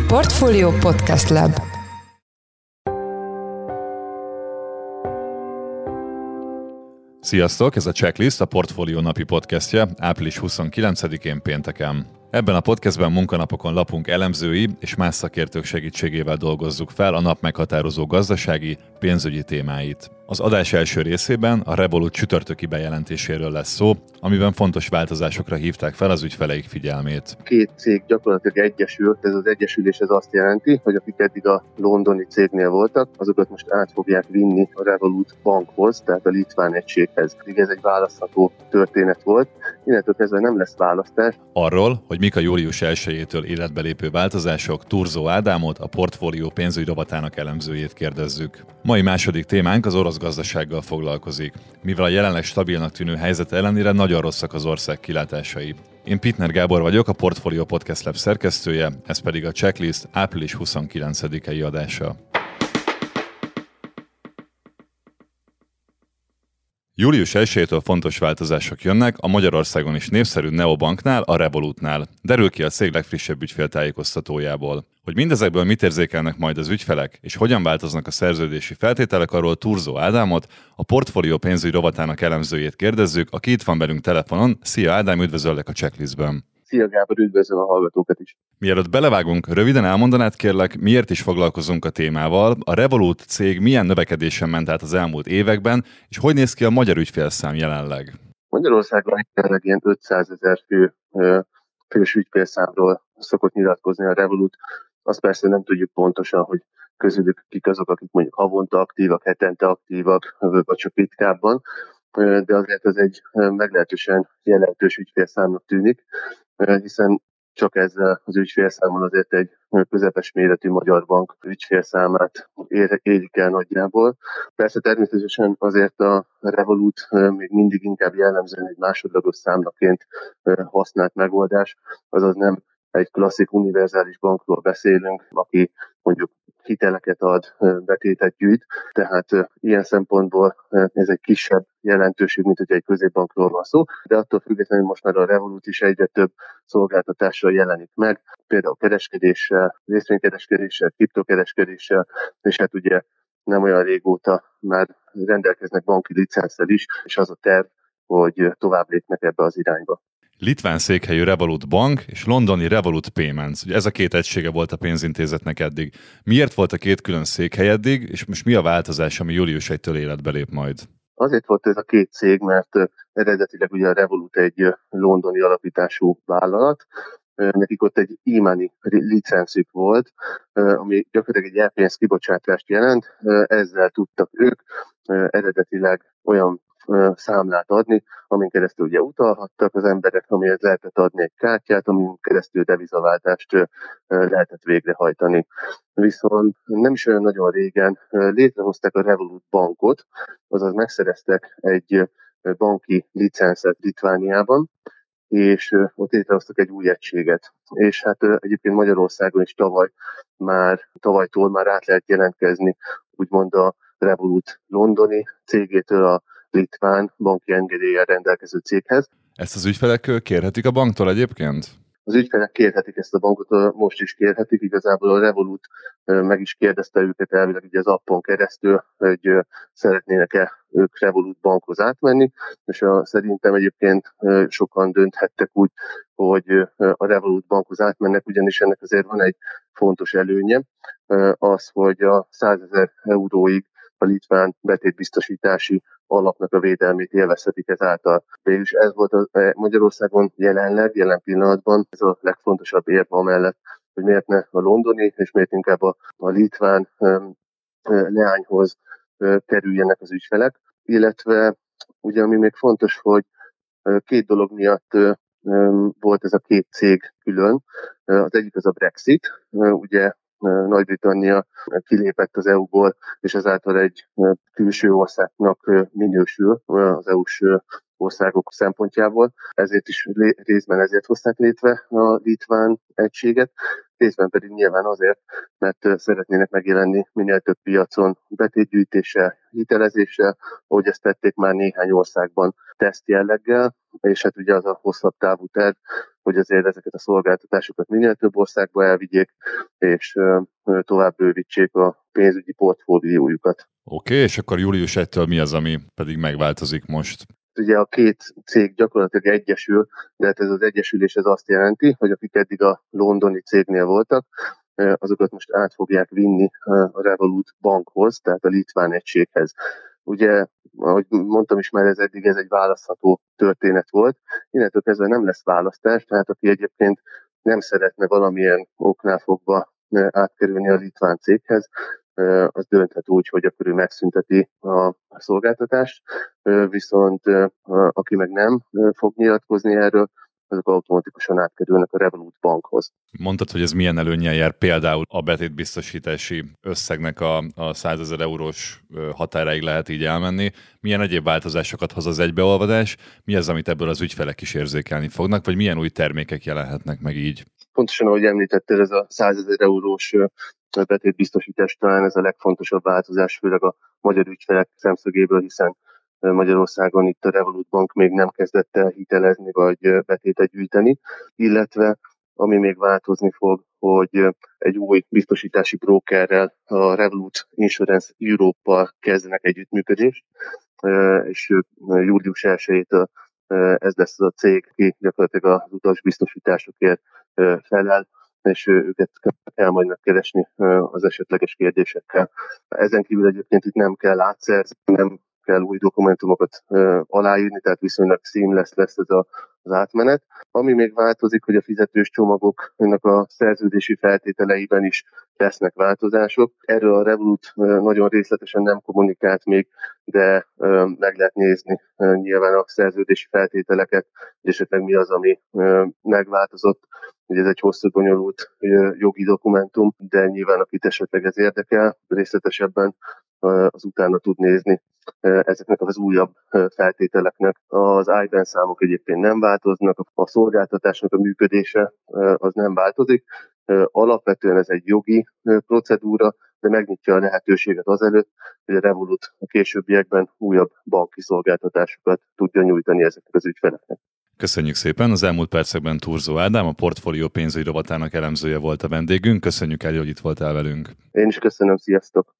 Portfolio Podcast Lab. Sziasztok, ez a Checklist, a Portfolio napi podcastje, április 29-én pénteken. Ebben a podcastben munkanapokon lapunk elemzői és más szakértők segítségével dolgozzuk fel a nap meghatározó gazdasági, pénzügyi témáit. Az adás első részében a Revolut csütörtöki bejelentéséről lesz szó, amiben fontos változásokra hívták fel az ügyfeleik figyelmét. Két cég gyakorlatilag egyesült, ez az egyesülés ez azt jelenti, hogy akik eddig a londoni cégnél voltak, azokat most át fogják vinni a Revolut bankhoz, tehát a litván egységhez. Ez egy választható történet volt, innentől kezdve nem lesz választás. Arról, hogy mik a július 1-től életbe lépő változások, Thurzó Ádámot, a Portfolio pénzügyi rovatának elemzőjét kérdezzük. Mai második témánk az orosz gazdasággal foglalkozik, mivel a jelenleg stabilnak tűnő helyzet ellenére nagyon rosszak az ország kilátásai. Én Pittner Gábor vagyok, a Portfolio Podcast Lab szerkesztője, ez pedig a Checklist április 29-i adása. Július 1-től fontos változások jönnek a Magyarországon is népszerű Neobanknál, a Revolutnál. Derül ki a cég legfrissebb ügyféltájékoztatójából. Hogy mindezekből mit érzékelnek majd az ügyfelek, és hogyan változnak a szerződési feltételek, arról Thurzó Ádámot, a Portfolio pénzügyi rovatának elemzőjét kérdezzük, aki itt van velünk telefonon. Szia Ádám, üdvözöllek a Checklistben. Szia Gábor, üdvözlöm a hallgatókat is. Mielőtt belevágunk, röviden elmondanád kérlek, miért is foglalkozunk a témával, a Revolut cég milyen növekedésen ment át az elmúlt években, és hogy néz ki a magyar ügyfélszám jelenleg? Magyarországon jelenleg ilyen 500 000 fős ügyfélszámról szokott nyilatkozni a Revolut. Azt persze nem tudjuk pontosan, hogy közülük kik azok, akik mondjuk havonta aktívak, hetente aktívak, vagy csak ritkábban, de azért ez egy meglehetősen jelentős ügyfélszámnak tűnik, hiszen csak ezzel az ügyfélszámon azért egy közepes méretű magyar bank ügyfélszámát érik el nagyjából. Persze természetesen azért a Revolut még mindig inkább jellemzően egy másodlagos számlaként használt megoldás, azaz nem egy klasszik univerzális bankról beszélünk, aki mondjuk hiteleket ad, betétet gyűjt, tehát ilyen szempontból ez egy kisebb jelentőség, mint hogy egy középbankról van szó, de attól függetlenül most már a Revolut is egyre több szolgáltatással jelenik meg, például kereskedéssel, részvénykereskedéssel, kriptokereskedéssel, és hát ugye nem olyan régóta már rendelkeznek banki licenszel is, és az a terv, hogy tovább lépnek ebbe az irányba. Litván székhelyű Revolut Bank és londoni Revolut Payments. Ugye ez a két egysége volt a pénzintézetnek eddig. Miért volt a két külön székhely eddig, és most mi a változás, ami július 1-től életbe lép majd? Azért volt ez a két cég, mert eredetileg ugye a Revolut egy londoni alapítású vállalat, nekik ott egy e-money licenszük volt, ami gyakorlatilag egy e-pénz kibocsátást jelent, ezzel tudtak ők eredetileg olyan számlát adni, amin keresztül ugye utalhattak az emberek, amihez lehetett adni egy kártyát, amin keresztül devizaváltást lehetett végrehajtani. Viszont nem is olyan nagyon régen létrehozták a Revolut bankot, azaz megszereztek egy banki licenszet Litvániában, és ott létrehoztak egy új egységet. És hát egyébként Magyarországon is tavalytól már át lehet jelentkezni, úgymond a Revolut londoni cégétől a litván banki engedéllyel rendelkező céghez. Ezt az ügyfelek kérhetik a banktól egyébként? Az ügyfelek kérhetik ezt a bankot, most is kérhetik, igazából a Revolut meg is kérdezte őket elvileg ugye az appon keresztül, hogy szeretnének-e ők Revolut bankhoz átmenni, és szerintem egyébként sokan dönthettek úgy, hogy a Revolut bankhoz átmennek, ugyanis ennek azért van egy fontos előnye, az, hogy a 100 000 euróig a litván betétbiztosítási alapnak a védelmét élvezhetik ezáltal. És ez volt Magyarországon jelen pillanatban ez a legfontosabb érv amellett, hogy miért ne a londoni, és miért inkább a litván leányhoz kerüljenek az ügyfelek. Illetve ugye ami még fontos, hogy két dolog miatt volt ez a két cég külön. Az egyik az a Brexit, ugye Nagy-Britannia kilépett az EU-ból, és ezáltal egy külső országnak minősül az EU-s országok szempontjából. Ezért is részben ezért hozták létre a litván egységet, részben pedig nyilván azért, mert szeretnének megjelenni minél több piacon betétgyűjtéssel, hitelezéssel, ahogy ezt tették már néhány országban teszt jelleggel, és hát ugye az a hosszabb távú terv, hogy azért ezeket a szolgáltatásokat minél több országba elvigyék, és tovább bővítsék a pénzügyi portfóliójukat. Oké, és akkor július 1-től mi az, ami pedig megváltozik most? Ugye a két cég gyakorlatilag egyesül, de hát ez az egyesülés ez azt jelenti, hogy akik eddig a londoni cégnél voltak, azokat most át fogják vinni a Revolut bankhoz, tehát a litván egységhez. Ugye, ahogy mondtam is már, ez egy választható történet volt. Innentől kezdve nem lesz választás, tehát aki egyébként nem szeretne valamilyen oknál fogva átkerülni a litván céghez, az dönthet úgy, hogy akkor ő megszünteti a szolgáltatást, viszont aki meg nem fog nyilatkozni erről, azok automatikusan átkerülnek a Revolut bankhoz. Mondtad, hogy ez milyen előnnyel jár például a betétbiztosítási összegnek a 100 000 eurós határáig lehet így elmenni. Milyen egyéb változásokat hoz az egybeolvadás? Mi az, amit ebből az ügyfelek is érzékelni fognak, vagy milyen új termékek jelenhetnek meg így? Pontosan, ahogy említettél, ez a 100 000 eurós betétbiztosítás talán ez a legfontosabb változás, főleg a magyar ügyfelek szemszögéből, hiszen Magyarországon itt a Revolut Bank még nem kezdett el hitelezni vagy betétet gyűjteni, illetve ami még változni fog, hogy egy új biztosítási brókerrel, a Revolut Insurance Europe-val kezdenek együttműködést, és július 1-től ez lesz az a cég, aki gyakorlatilag az utasbiztosításokért felel, és őket kell majd megkeresni az esetleges kérdésekkel. Ezen kívül egyébként itt nem kell átszerzni, nem kell új dokumentumokat aláírni, tehát viszonylag seamless lesz ez az átmenet. Ami még változik, hogy a fizetős csomagoknak a szerződési feltételeiben is lesznek változások. Erről a Revolut nagyon részletesen nem kommunikált még, de meg lehet nézni nyilván a szerződési feltételeket, és esetleg mi az, ami megváltozott. Ugye ez egy hosszú, bonyolult jogi dokumentum, de nyilván akit esetleg ez érdekel, részletesebben az utána tud nézni ezeknek az újabb feltételeknek. Az IBAN számok egyébként nem változnak, a szolgáltatásnak a működése az nem változik. Alapvetően ez egy jogi procedúra, de megnyitja a lehetőséget azelőtt, hogy a Revolut a későbbiekben újabb banki szolgáltatásokat tudja nyújtani ezeknek az ügyfeleknek. Köszönjük szépen! Az elmúlt percekben Thurzó Ádám, a Portfólió pénzügyi rovatának elemzője volt a vendégünk. Köszönjük el, hogy itt voltál velünk. Én is köszönöm, sziasztok!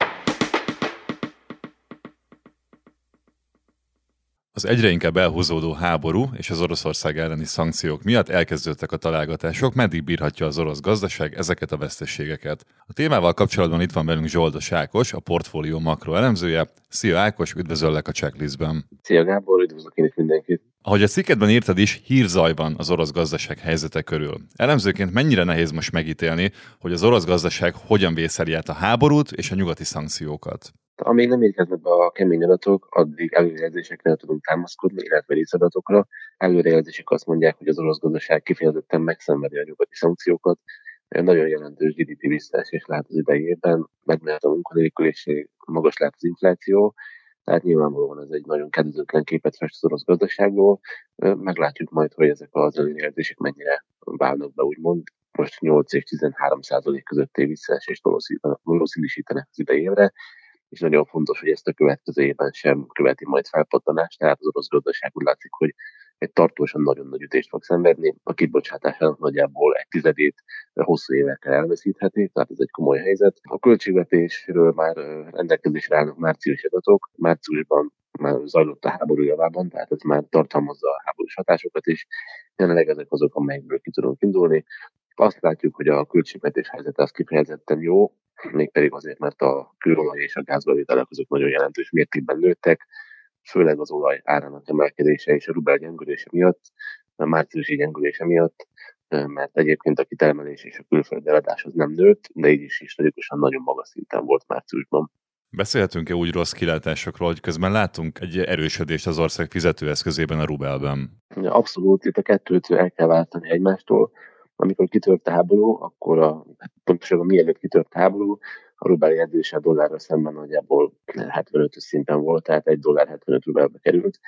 Az egyre inkább elhúzódó háború és az Oroszország elleni szankciók miatt elkezdődtek a találgatások, meddig bírhatja az orosz gazdaság ezeket a veszteségeket. A témával kapcsolatban itt van velünk Zsoldos Ákos, a Portfólió makroelemzője. Szia Ákos, üdvözöllek a checklistben. Szia Gábor, üdvözlök én is mindenkit. Ahogy a cikketben írtad is, hírzaj van az orosz gazdaság helyzete körül. Elemzőként mennyire nehéz most megítélni, hogy az orosz gazdaság hogyan vészeli át a háborút és a nyugati szankciókat? Amíg nem érkeznek be a kemény adatok, addig előrejelzésekre tudunk támaszkodni, illetve részadatokra. Előrejelzések azt mondják, hogy az orosz gazdaság kifejezetten megszenvedi a nyugati szankciókat. Nagyon jelentős GDP visszaesés lehet az idei évben, megnőtt a munkanélküliség, magas lehet az infláció, tehát nyilvánvalóan ez egy nagyon kedvezőtlen képet fest az orosz gazdaságról. Meglátjuk majd, hogy ezek az előrejelzések mennyire válnak be, úgymond. Most 8 és 13% közötti visszaesést valószínűsítenek az idei évre, és nagyon fontos, hogy ezt a következő évben sem követi majd felpattanást, tehát az orosz gazdaság úgy látszik, hogy egy tartósan nagyon nagy ütést fog szenvedni, a kibocsátásának nagyjából egy tizedét hosszú évekkel elveszítheti, tehát ez egy komoly helyzet. A költségvetésről már rendelkezésre állnak márciusi adatok, márciusban már zajlott a háború javában, tehát ez már tartalmazza a háborús hatásokat is, jelenleg ezek azok, amelyekből ki tudunk indulni. Azt látjuk, hogy a költségvetés helyzete az kifejezetten jó, mégpedig azért, mert a kőolaj és a gázbevételek azok nagyon jelentős mértékben nőttek, főleg az olaj árának emelkedése és a rubel gyengülése miatt, a márciusi gyengülése miatt, mert egyébként a kitermelés és a külföldi eladás az nem nőtt, de így is historikusan nagyon magas szinten volt márciusban. Beszélhetünk-e úgy rossz kilátásokról, hogy közben látunk egy erősödést az ország fizetőeszközében, a rubelben? Abszolút, itt a kettőt el kell váltani egymástól. Amikor kitört a háború, akkor pontosabban mielőtt kitört a háború, a rubel jegyzése a dollárra szemben nagyjából 75-ös szinten volt, tehát $1.75 rubelbe került.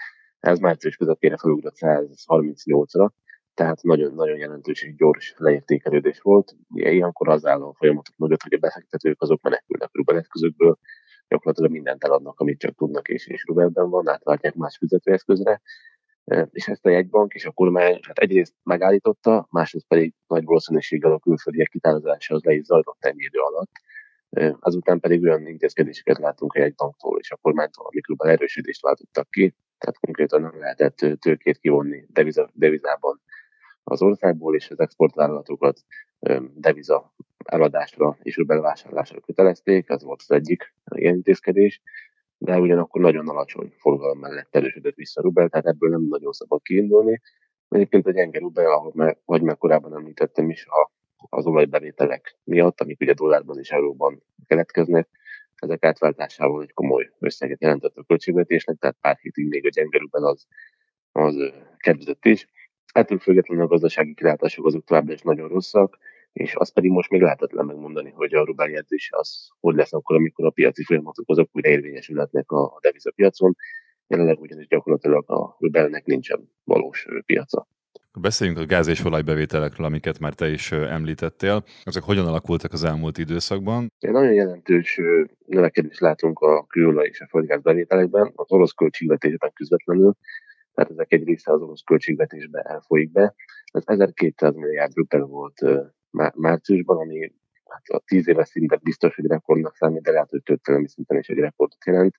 Ez március közepére felugrott 138-ra, tehát nagyon-nagyon jelentős és gyors leértékelődés volt. Ilyenkor az áll a folyamatok mögött, hogy a befektetők azok menekülnek rubeleszközökből, gyakorlatilag mindent eladnak, amit csak tudnak, és rubelben van, átváltják más fizetőeszközre. És ezt a jegybank és a kormány hát egyrészt megállította, másrészt pedig nagy valószínűséggel a külföldiek kitározása az le is zajlott ennyi idő alatt. Azután pedig olyan intézkedéseket látunk a jegybanktól és a kormánytól, amik erősítést váltottak ki, tehát konkrétan nem lehetett tőkét kivonni devizában az országból, és az exportvállalatokat deviza eladásra és rubelvásárlásra kötelezték, ez volt az egyik ilyen intézkedés, de ugyanakkor nagyon alacsony forgalom mellett erősödött vissza a rubel, tehát ebből nem nagyon szabad kiindulni. Egyébként a gyenge rubel, ahogy már korábban említettem is, az olajbevételek miatt, amik ugye dollárban és euróban keletkeznek, ezek átváltásával egy komoly összeget jelentett a költségvetésnek, tehát pár hétig még a gyenge rubel az kedvezett is. Ettől függetlenül a gazdasági kilátások azok továbbra is nagyon rosszak, és azt pedig most még lehetetlen megmondani, hogy a rubel jegyzés az hogy lesz akkor, amikor a piaci folyamatok azok újra érvényesülhetnek a devizapiacon. Jelenleg ugyanis gyakorlatilag a rubelnek nincsen valós piaca. Beszéljünk a gáz- és olajbevételekről, amiket már te is említettél. Ezek hogyan alakultak az elmúlt időszakban? Nagyon jelentős növekedést látunk a kőolaj és a földgáz bevételekben, az orosz költségvetésben közvetlenül, tehát ezek egy része az orosz költségvetésbe elfolyik be. Ez 1200 milliárd rubel volt márciusban, ami hát a 10 éves szinten biztos, hogy rekordnak számít, de lehet, hogy történelmi szinten is egy rekordot jelent.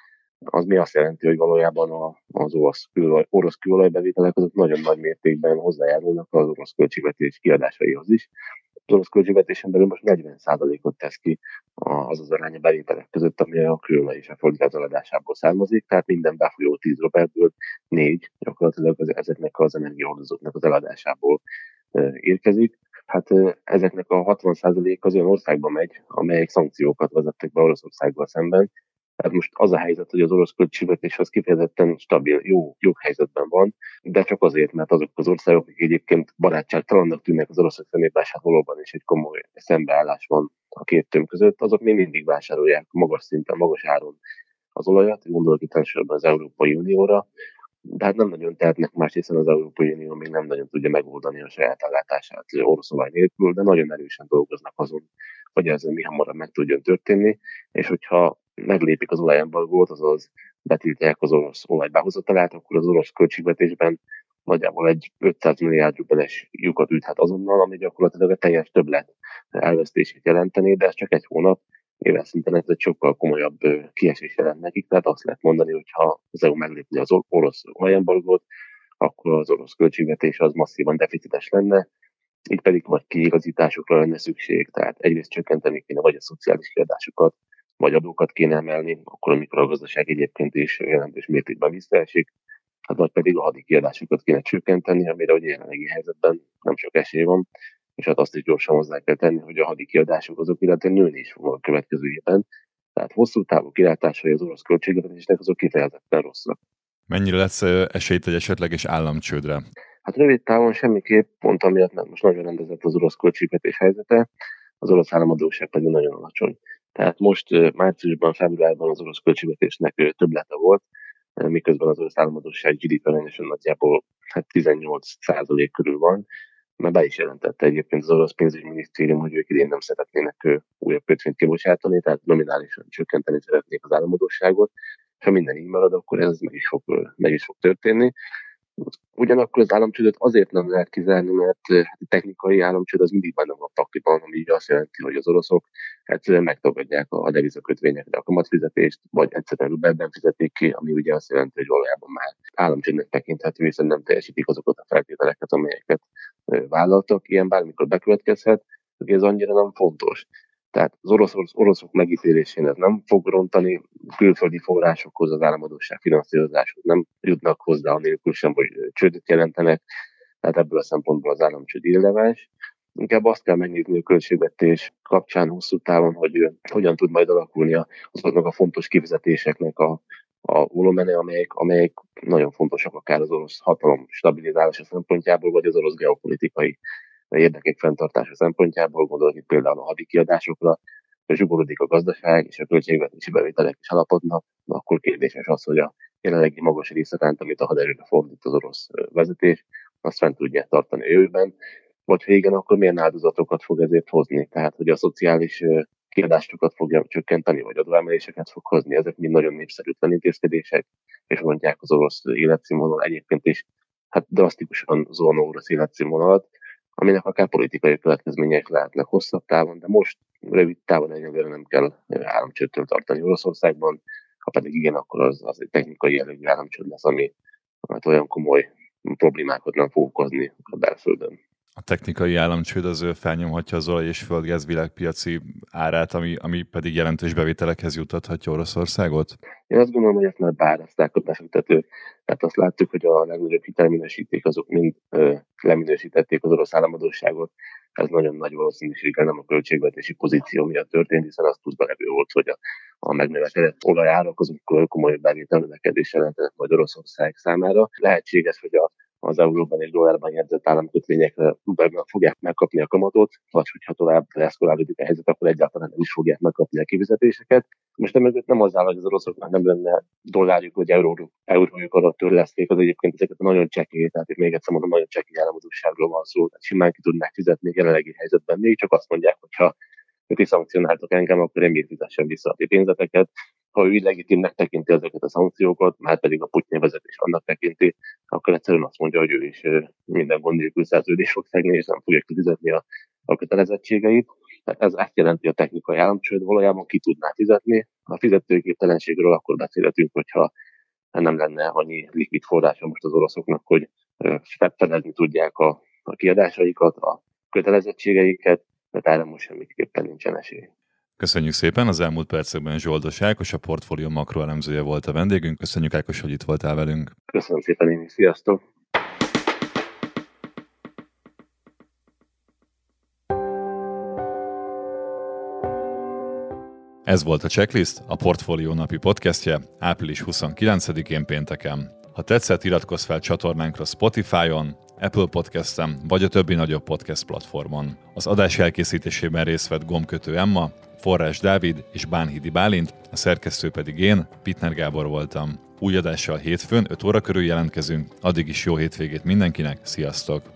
Az mi azt jelenti, hogy valójában az orosz kőolajbevételek azok nagyon nagy mértékben hozzájárulnak az orosz költségvetés kiadásaihoz is. Az orosz költségvetésen belül most 40%-ot tesz ki az arány a bevételek között, ami a kőolaj és a földgáz eladásából származik, tehát minden befolyó 10 rubelből 4 gyakorlatilag ezeknek az energiahordozóknak az eladásából érkezik. Hát ezeknek a 60% az olyan országba megy, amelyek szankciókat vezettek be Oroszországgal szemben. Tehát most az a helyzet, hogy az orosz költségvetés az kifejezetten stabil, jó helyzetben van, de csak azért, mert azok az országok, akik egyébként barátságtalannak tűnnek az oroszok szemében, hát valóban is egy komoly szembeállás van a két tömb között, azok még mindig vásárolják magas szinten, magas áron az olajat, gondolok itt elsősorban az Európai Unióra, de hát nem nagyon tehetnek más, hiszen az Európai Unió még nem nagyon tudja megoldani a saját ellátását orosz olaj nélkül, de nagyon erősen dolgoznak azon, hogy ez mi hamarabb meg tudjon történni, és hogyha meglépik az olajembargót, azaz betiltják az orosz olajbehozatalát, akkor az orosz költségvetésben nagyjából egy 500 milliárd rubeles lyukat üthet azonnal, ami gyakorlatilag a teljes többlet elvesztését jelenteni, de ez csak egy hónap, éves szinten ez egy sokkal komolyabb kiesés jelent nekik, tehát azt lehet mondani, hogy ha az EU meglépni az orosz olajembargót, akkor az orosz költségvetés az masszívan deficites lenne, így pedig nagy kiigazításokra lenne szükség, tehát egyrészt csökkenteni kéne vagy a szociális kiadásokat, vagy adókat kéne emelni, akkor amikor a gazdaság egyébként is jelentős mértékben visszaesik, hát vagy pedig a hadi kiadásokat kéne csökkenteni, amire a jelenlegi helyzetben nem sok esély van, és hát azt is gyorsan hozzá kell tenni, hogy a hadi kiadások azok illetve nőni is fognak a következő évben. Tehát hosszú távú kilátásai az orosz költségvetésnek azok kifejezetten rosszak. Mennyire lesz esélyt egy esetleges államcsődre? Hát rövid távon semmiképp, pont amiatt nem most nagyon rendezett az orosz költségvetés helyzete, az orosz államadósság pedig nagyon alacsony. Tehát most márciusban, februárban az orosz költségvetésnek többlete volt, miközben az orosz államadósság GDP arányosan nagyjából 18% körül van, mert be is jelentette egyébként az orosz pénzügyminisztérium, hogy ők idén nem szeretnének újabb kötvényt kibocsátani, tehát nominálisan csökkenteni szeretnék az államadósságot, és ha minden így marad, akkor ez meg is fog történni. Ugyanakkor az államcsődöt azért nem lehet kizárni, mert hát a technikai államcsőd az mindig benne van a pakliban, ami így azt jelenti, hogy az oroszok egyszerűen megtagadják a devizakötvényekre a kamatfizetést, vagy egyszerűen rubelben fizetik ki, ami ugye azt jelenti, hogy valójában már államcsődnek tekinthető, hiszen nem teljesítik azokat a feltételeket, amelyeket vállaltak. Ilyen bármikor bekövetkezhet, hogy ez annyira nem fontos. Tehát az oroszok megítélésén ez nem fog rontani, külföldi forrásokhoz, az államadósság finanszírozáshoz nem jutnak hozzá, anélkül sem, hogy csődöt jelentenek, tehát ebből a szempontból az államcsőd irreleváns. Inkább azt kell megnézni a költségvetés kapcsán hosszú távon, hogy hogyan tud majd alakulni azoknak a fontos kifizetéseknek a volumene, amelyek nagyon fontosak akár az orosz hatalom stabilizálása szempontjából, vagy az orosz geopolitikai érdekek fenntartása szempontjából, gondolok itt például a hadi kiadásokra, ha zsugorodik a gazdaság és a költségvetési bevételek is alapodnak, akkor kérdéses az, hogy a jelenlegi magas részletánt, amit a haderőre fordít az orosz vezetés, azt fent tudják tartani a jövőben, vagy ha igen, akkor milyen áldozatokat fog ezért hozni. Tehát, hogy a szociális kiadásokat fogja csökkenteni, vagy adóemeléseket fog hozni, ezek mind nagyon népszerűtlen intézkedések, és mondják az orosz életszínvonal egyébként is, hát drasztikusan zuhanó orosz életszínvonalat, aminek akár politikai következményei lehetnek hosszabb távon, de most rövid távon egyelőre nem kell államcsődtől tartani Oroszországban, ha pedig igen, akkor az egy technikai jellegű államcsőd lesz, ami olyan komoly problémákat nem fog okozni a belföldön. A technikai államcsőd az felnyomhatja az olaj- és földgáz világpiaci árát, ami pedig jelentős bevételekhez juttathatja Oroszországot? Én azt gondolom, hogy ezt már beáraszták a befektetők. Tehát azt láttuk, hogy a legnagyobb hitelminősíték azok mind leminősítették az orosz államadósságot. Ez nagyon nagy valószínűséggel nem a költségvetési pozíció miatt történt, hiszen az pluszban levő volt, hogy a megnövekedett olajárak azok komoly bevételnövekedéssel lehetnek majd Oroszország számára. Lehetséges, hogy az euróban és dollárban jegyzett államkötvényekre fogják megkapni a kamatot, vagy hogyha tovább eszkalálódik a helyzet, akkor egyáltalán nem is fogják megkapni a kifizetéseket. Most emögött nem az áll, hogy az oroszoknak nem lenne dollárjuk vagy eurójuk alatt törleszték, az egyébként ezeket nagyon csekély, tehát még egyszer mondom, nagyon csekély államadósságról van szó, tehát simán ki tudnák fizetni jelenlegi helyzetben, még csak azt mondják, hogyha ők is szankcionáltak engem, akkor én miért fizessem vissza a pénzeteket. Ha ő így legitimnek tekinti ezeket a szankciókat, már pedig a Putyin vezetés annak tekinti, akkor egyszerűen azt mondja, hogy ő is minden gond nélkül szerződést fog szegni, és nem fogja kifizetni a kötelezettségeit. Tehát ez azt jelenti a technikai államcsőd, valójában ki tudná fizetni. A fizetőképtelenségről akkor beszélhetünk, hogyha nem lenne annyi likvid forrása most az oroszoknak, hogy fedezni tudják a kiadásaikat, a kötelezettségeiket, de erre most semmiképpen nincsen esély. Köszönjük szépen, az elmúlt percekben Zsoldos Ákos, a Portfolio makroelemzője volt a vendégünk. Köszönjük, Ákos, hogy itt voltál velünk. Köszönöm szépen én is, sziasztok! Ez volt a Checklist, a Portfolio napi podcastje, április 29-én pénteken. Ha tetszett, iratkozz fel csatornánkra Spotify-on, Apple Podcast-en, vagy a többi nagyobb podcast platformon. Az adás elkészítésében részt vett Gombkötő Emma, Forrás Dávid és Bánhidi Bálint, a szerkesztő pedig én, Pittner Gábor voltam. Új adással hétfőn 5 óra körül jelentkezünk, addig is jó hétvégét mindenkinek, sziasztok!